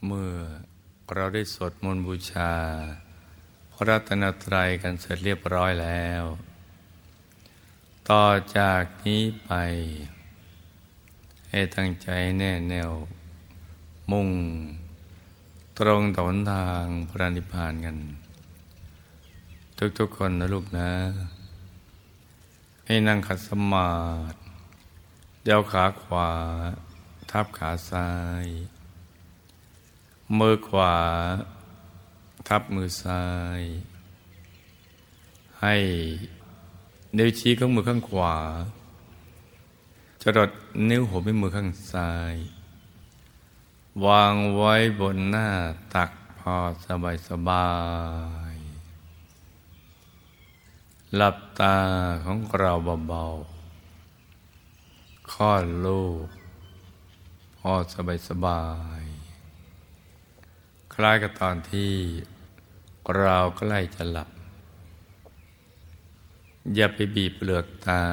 เมื่อเราได้สวดมนต์บูชาพระรัตนตรัยกันเสร็จเรียบร้อยแล้วต่อจากนี้ไปให้ตั้งใจแน่แน่วมุ่งตรงต่อหนทางพระนิพพานกันทุกๆคนนะลูกนะให้นั่งขัดสมาธิเดี่ยวขาขวาทับขาซ้ายมือขวาทับมือซ้ายให้นิ้วชี้ของมือข้างขวาจรดนิ้วหัวแม่มือข้างซ้ายวางไว้บนหน้าตักพอสบายหลับตาของเราเบาๆคลอดลูกพอสบายคล้ายกับตอนที่เราใกล้จะหลับอย่าไปบีบเปลือกตา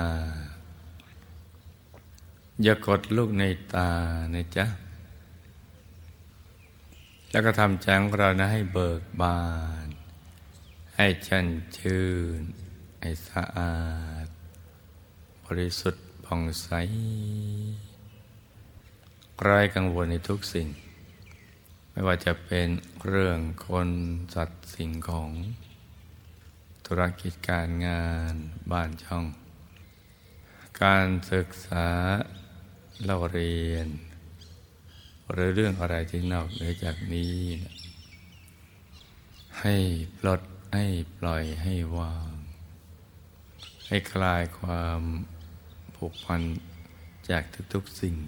อย่ากดลูกในตานะจ๊ะแล้วก็ทำใจของเรานะให้เบิกบานให้ชื่นชื่นให้สะอาดบริสุทธิ์ผ่องใสไร้กังวลในทุกสิ่งไม่ว่าจะเป็นเรื่องคนสัตว์สิ่งของธุรกิจการงานบ้านช่องการศึกษาเล่าเรียนหรือเรื่องอะไรที่นอกเหนือจากนี้นะให้ปลดให้ปล่อยให้วางให้คลายความผูกพันจากทุกๆสิ่ง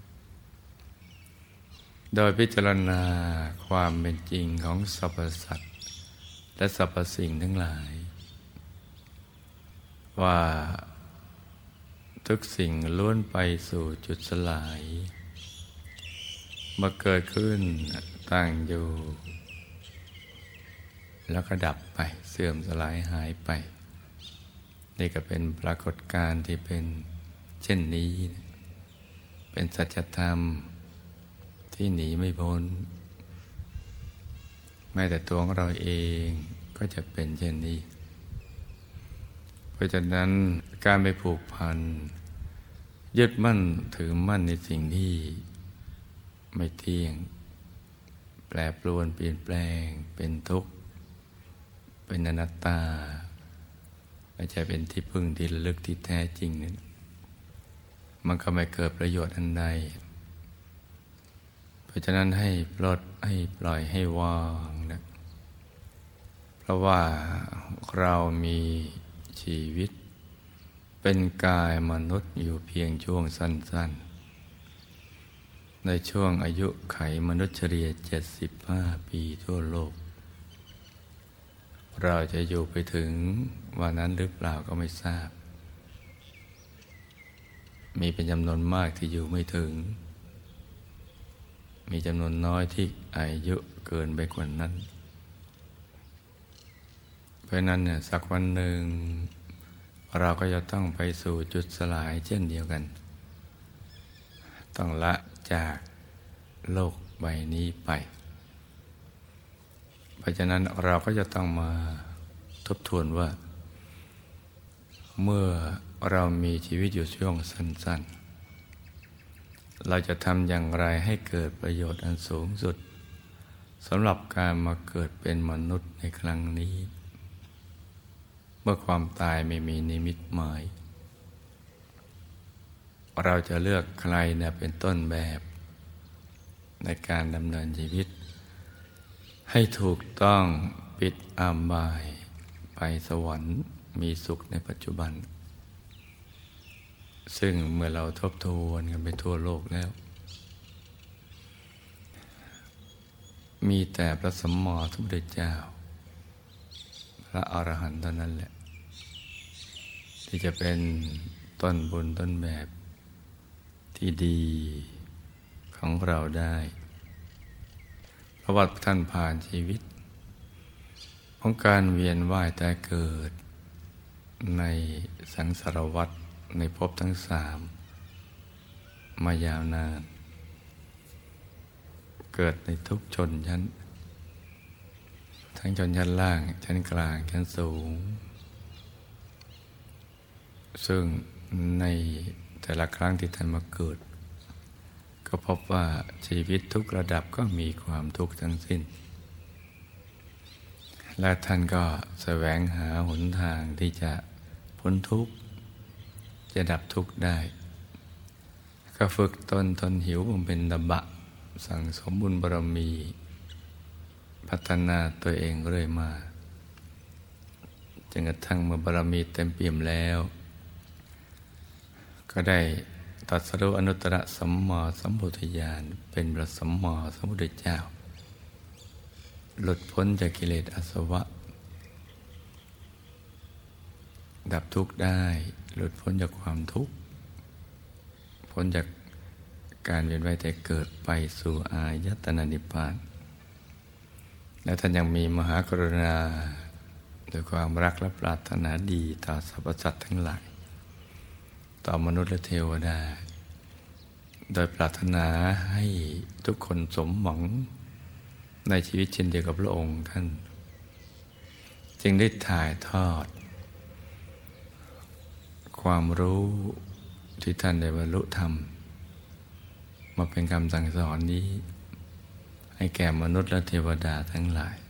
โดยพิจารณาความเป็นจริงของสรรพสัตว์และสรรพสิ่งทั้งหลายว่าทุกสิ่งล้วนไปสู่จุดสลายมาเกิดขึ้นตั้งอยู่แล้วก็ดับไปเสื่อมสลายหายไปนี่ก็เป็นปรากฏการณ์ที่เป็นเช่นนี้เป็นสัจธรรมที่หนีไม่พ้นแม้แต่ตัวของเราเองก็จะเป็นเช่นนี้เพราะฉะนั้นการไปผูกพันยึดมั่นถือมั่นในสิ่งที่ไม่เที่ยงแปรปรวนเปลี่ยนแปลงเป็นทุกข์เป็นอนัตตาไม่ใช่เป็นที่พึ่งที่ระลึกที่แท้จริงนั้นมันก็ไม่เกิดประโยชน์อันใดเพราะฉะนั้นให้ปลดให้ปล่อยให้วางนะเพราะว่าเรามีชีวิตเป็นกายมนุษย์อยู่เพียงช่วงสั้นๆในช่วงอายุไขมนุษย์เฉลี่ย75 ปีทั่วโลกเราจะอยู่ไปถึงวันนั้นหรือเปล่าก็ไม่ทราบมีเป็นจำนวนมากที่อยู่ไม่ถึงมีจำนวนน้อยที่อายุเกินไปกว่านั้นเพราะนั้นเนี่ยสักวันหนึ่งเราก็จะต้องไปสู่จุดสลายเช่นเดียวกันต้องละจากโลกใบนี้ไปเพราะฉะนั้นเราก็จะต้องมาทบทวนว่าเมื่อเรามีชีวิตอยู่ช่วงสั้นๆเราจะทำอย่างไรให้เกิดประโยชน์อันสูงสุดสำหรับการมาเกิดเป็นมนุษย์ในครั้งนี้เมื่อความตายไม่มีนิมิตหมายเราจะเลือกใครเป็นต้นแบบในการดำเนินชีวิตให้ถูกต้องปิดอบายไปสวรรค์มีสุขในปัจจุบันซึ่งเมื่อเราทบทวนกันไปทั่วโลกแล้วมีแต่พระสัมมาสัมพุทธเจ้าพระอรหันต์เท่านั้นแหละที่จะเป็นต้นบุญต้นแบบที่ดีของเราได้เพราะว่าท่านผ่านชีวิตของการเวียนว่ายแต่เกิดในสังสารวัฏในภพทั้ง 3มายาวนานเกิดในทุกชนชั้นทั้งชนชั้นล่างชั้นกลางชั้นสูงซึ่งในแต่ละครั้งที่ท่านมาเกิดก็พบว่าชีวิตทุกระดับก็มีความทุกข์ทั้งสิ้นและท่านก็แสวงหาหนทางที่จะพ้นทุกข์จะดับทุกข์ได้ก็ฝึกตนทนหิวบำเพ็ญตบะสั่งสมบุญบารมีพัฒนาตัวเองเรื่อยมาจนกระทั่งเมื่อบารมีเต็มเปี่ยมแล้วก็ได้ตรัสรู้อนุตตรสัมมาสัมพุทธญาณเป็นพระสัมมาสัมพุทธเจ้าหลุดพ้นจากกิเลสอาสวะดับทุกข์ได้หลุดพ้นจากความทุกข์พ้นจากการเวียนว่ายแต่เกิดไปสู่อายตนะนิพพานและท่านยังมีมหากรุณาด้วยความรักและปรารถนาดีต่อสรรพสัตว์ทั้งหลายต่อมนุษย์และเทวดาโดยปรารถนาให้ทุกคนสมหวังในชีวิตเช่นเดียวกับพระองค์ท่านจึงได้ถ่ายทอดความรู้ที่ท่านได้บรรลุธรรมมาเป็นคำสั่งสอนนี้ให้แก่มนุษย์และเทวดาทั้งหลาย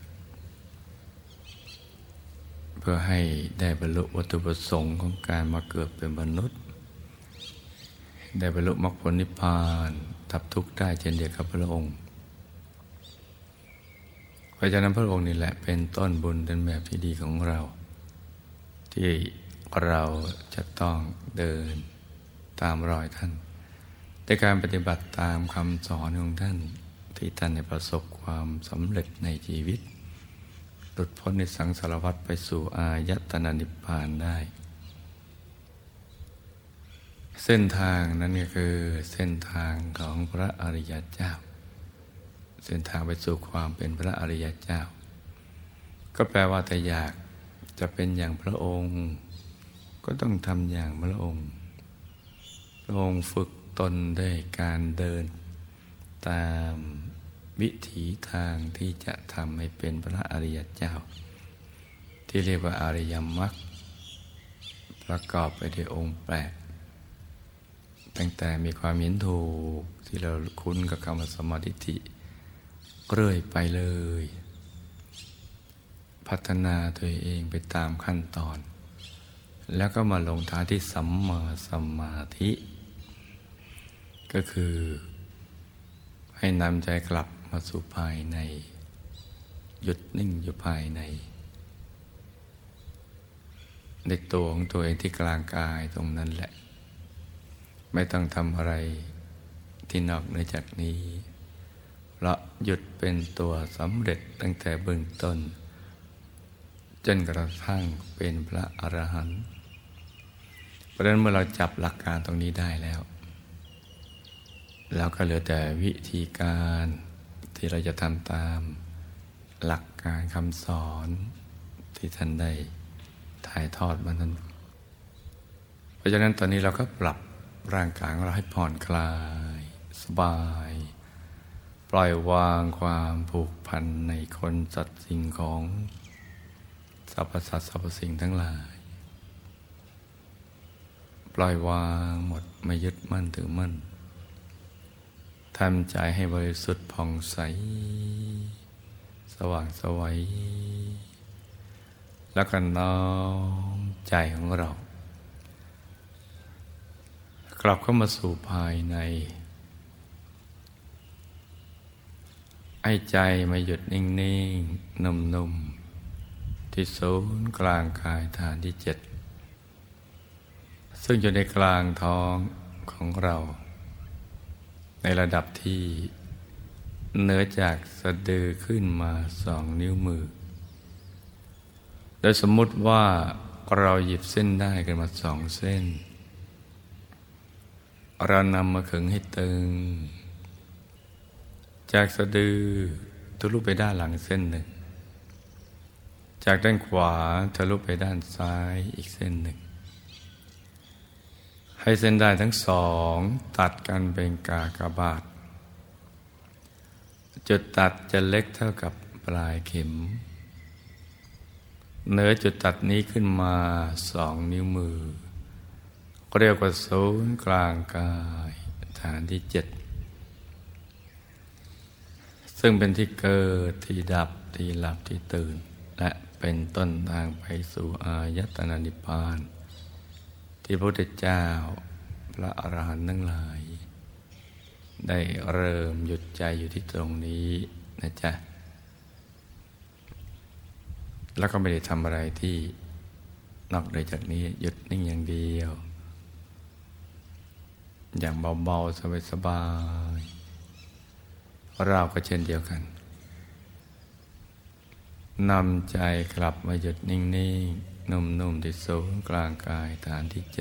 เพื่อให้ได้บรรลุวัตถุประสงค์ของการมาเกิดเป็นมนุษย์ได้บรรลุมรรคผลนิพพานดับทุกข์ได้เช่นเดียวกับพระองค์เพราะฉะนั้นพระองค์นี่แหละเป็นต้นบุญเป็นแบบที่ดีของเราที่เราจะต้องเดินตามรอยท่านในการปฏิบัติตามคำสอนของท่านที่ท่านได้ประสบความสำเร็จในชีวิตหลุดพ้นในสังสารวัฏไปสู่อายตนะนิพพานได้เส้นทางนั้นก็คือเส้นทางของพระอริยเจ้าเส้นทางไปสู่ความเป็นพระอริยเจ้าก็แปลว่าถ้าอยากจะเป็นอย่างพระองค์ก็ต้องทำอย่างพระองค์พระองค์ฝึกตนด้วยการเดินตามวิถีทางที่จะทำให้เป็นพระอริยเจ้าที่เรียกว่าอริยมรรคประกอบไปด้วยองค์แปดตั้งแต่มีความเห็นถูกที่เราคุ้นกับคำว่าสัมมาทิฏฐิเรื่อยไปเลยพัฒนาตัวเองไปตามขั้นตอนแล้วก็มาลงท้ายที่สัมมาสมาธิก็คือให้นำใจกลับมาสู่ภายในหยุดนิ่งอยู่ภายในตัวของตัวเองที่กลางกายตรงนั้นแหละไม่ต้องทำอะไรที่นอกเหนือจากนี้เพราะหยุดเป็นตัวสำเร็จตั้งแต่เบื้องต้นจนกระทั่งเป็นพระอรหันต์เพราะฉะนั้นเมื่อเราจับหลักการตรงนี้ได้แล้วเราก็เหลือแต่วิธีการที่เราจะทำตามหลักการคำสอนที่ท่านได้ถ่ายทอดมานั้นเพราะฉะนั้นตอนนี้เราก็ปรับร่างกายของเราให้ผ่อนคลายสบายปล่อยวางความผูกพันในคนสัตว์สิ่งของสรรพสัตว์สรรพสิ่งทั้งหลายปล่อยวางหมดไม่ยึดมั่นถือมั่นทำใจให้บริสุทธิ์ผ่องใสสว่างไสวแล้วก็น้อมใจของเรากลับเข้ามาสู่ภายในให้ใจมาหยุดนิ่งๆนุ่มๆที่ศูนย์กลางกายฐานที่ 7ซึ่งอยู่ในกลางท้องของเราในระดับที่เหนือจากสะดือขึ้นมา2 นิ้วมือโดยสมมุติว่าเราหยิบเส้นได้กันมา2 เส้นเรานำมาขึงให้ตึงจากสะดือทะลุไปด้านหลังเส้นหนึ่งจากด้านขวาทะลุไปด้านซ้ายอีกเส้นหนึ่งให้เส้นได้ทั้ง2ตัดกันเป็นกากบาทจุดตัดจะเล็กเท่ากับปลายเข็มเหนือจุดตัดนี้ขึ้นมา2 นิ้วมือเรียกว่าศูนย์กลางกายฐานที่ 7ซึ่งเป็นที่เกิดที่ดับที่หลับที่ตื่นและเป็นต้นทางไปสู่อายตนะนิพพานที่พระพุทธเจ้าพระอรหันต์ทั้งหลายได้เริ่มหยุดใจอยู่ที่ตรงนี้นะจ๊ะแล้วก็ไม่ได้ทำอะไรที่นอกจากนี้หยุดนิ่งอย่างเดียวอย่างเบาๆสบายๆเราก็เช่นเดียวกันนำใจกลับมาหยุดนิ่งๆนุ่มๆที่ศูนย์กลางกายฐานที่ 7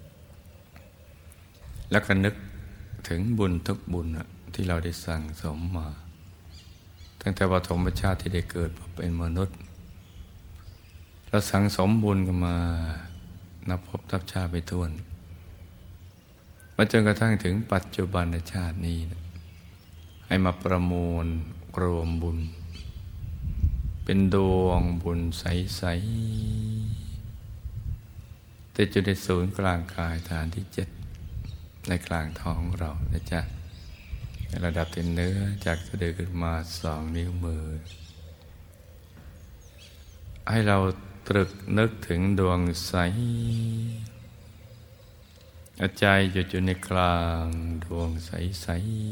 แล้วก็นึกถึงบุญทุกบุญที่เราได้สั่งสมมาตั้งแต่ปฐมชาติที่ได้เกิดมาเป็นมนุษย์เราสั่งสมบุญกันมานับพบนับชาติไปทั่วมาจนกระทั่งถึงปัจจุบันชาตินี้ให้มาประมวลรวมบุญเป็นดวงบุญใสๆแต่จุดในศูนย์กลางกายฐานที่ 7ในกลางท้องเรานะจ๊ะในระดับที่เนื้อจากสะดือขึ้นมา2 นิ้วมือให้เราตรึกนึกถึงดวงใสเอาใจหยุดอยู่ในกลางดวงใส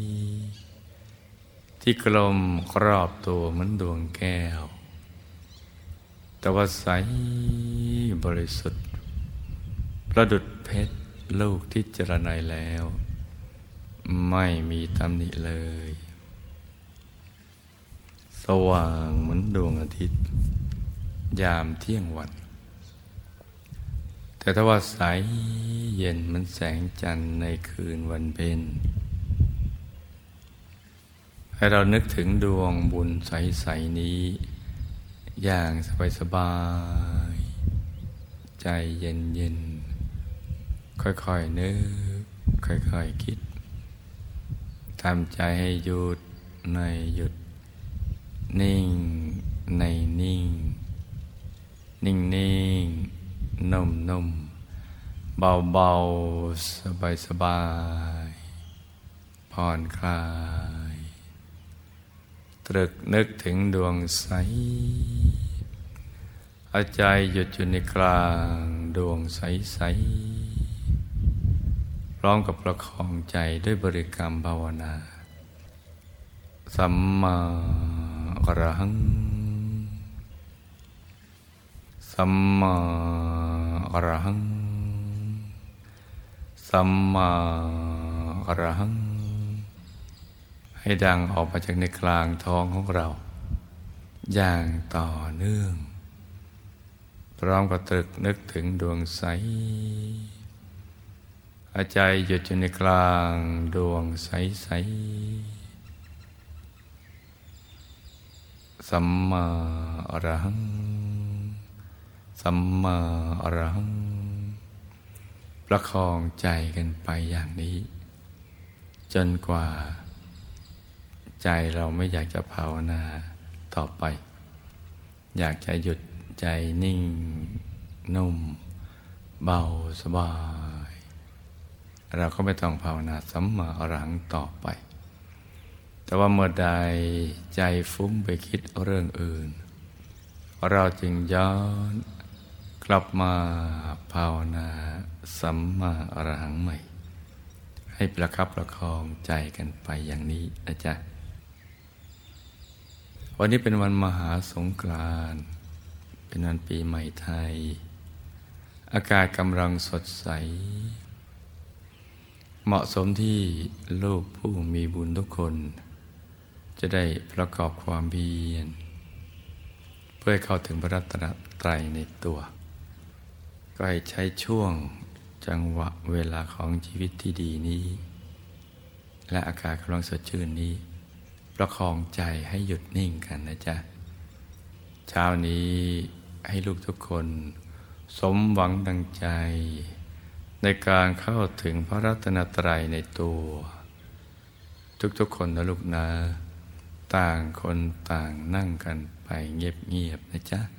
ๆที่กลมรอบตัวเหมือนดวงแก้วแต่ว่าใสบริสุทธิ์ประดุจเพชรลูกที่เจรไนแล้วไม่มีตำหนิเลยสว่างเหมือนดวงอาทิตย์ยามเที่ยงวันแต่ถ้าว่าใสเย็นเหมือนแสงจันทร์ในคืนวันเพ็ญให้เรานึกถึงดวงบุญใสๆนี้อย่างสบายๆใจเย็นๆค่อยๆนึกค่อยๆคิดทำใจให้หยุดในหยุดนิ่งในนิ่งนิ่งนิ่งนุ่มนุ่มเบาเบาสบายสบายผ่อนคลายตรึกนึกถึงดวงใสเอาใจหยุดอยู่ในกลางดวงใสๆพร้อมกับประคองใจด้วยบริกรรมภาวนาสัมมาอรหังสัมมาอรหังสัมมาอรหังให้ดังออกมาจากในกลางท้องของเราอย่างต่อเนื่องพร้อมกับตรึกนึกถึงดวงใสเอาใจหยุดอยู่ในกลางดวงใสๆสัมมาอรหังสัมมาอรหังประคองใจกันไปอย่างนี้จนกว่าใจเราไม่อยากจะภาวนาต่อไปอยากจะหยุดใจนิ่งนุ่มเบาสบายเราก็ไม่ต้องภาวนาสัมมาอรหังต่อไปแต่ว่าเมื่อใดใจฟุ้งไปคิดเรื่องอื่นเราจึงย้อนกลับมาภาวนาสัมมาอรหังใหม่ให้ประคับประคองใจกันไปอย่างนี้นะจ๊ะวันนี้เป็นวันมหาสงกรานต์เป็นวันปีใหม่ไทยอากาศกำลังสดใสเหมาะสมที่ลูกผู้มีบุญทุกคนจะได้ประกอบความเพียรเพื่อเข้าถึงพระรัตนตรัยในตัวก็ให้ใช้ช่วงจังหวะเวลาของชีวิตที่ดีนี้และอากาศกำลังสดชื่นนี้ประคองใจให้หยุดนิ่งกันนะจ๊ะเช้านี้ให้ลูกทุกคนสมหวังดังใจในการเข้าถึงพระรัตนตรัยในตัวทุกๆคนนะลูกนะต่างคนต่างนั่งกันไปเงียบๆนะจ๊ะ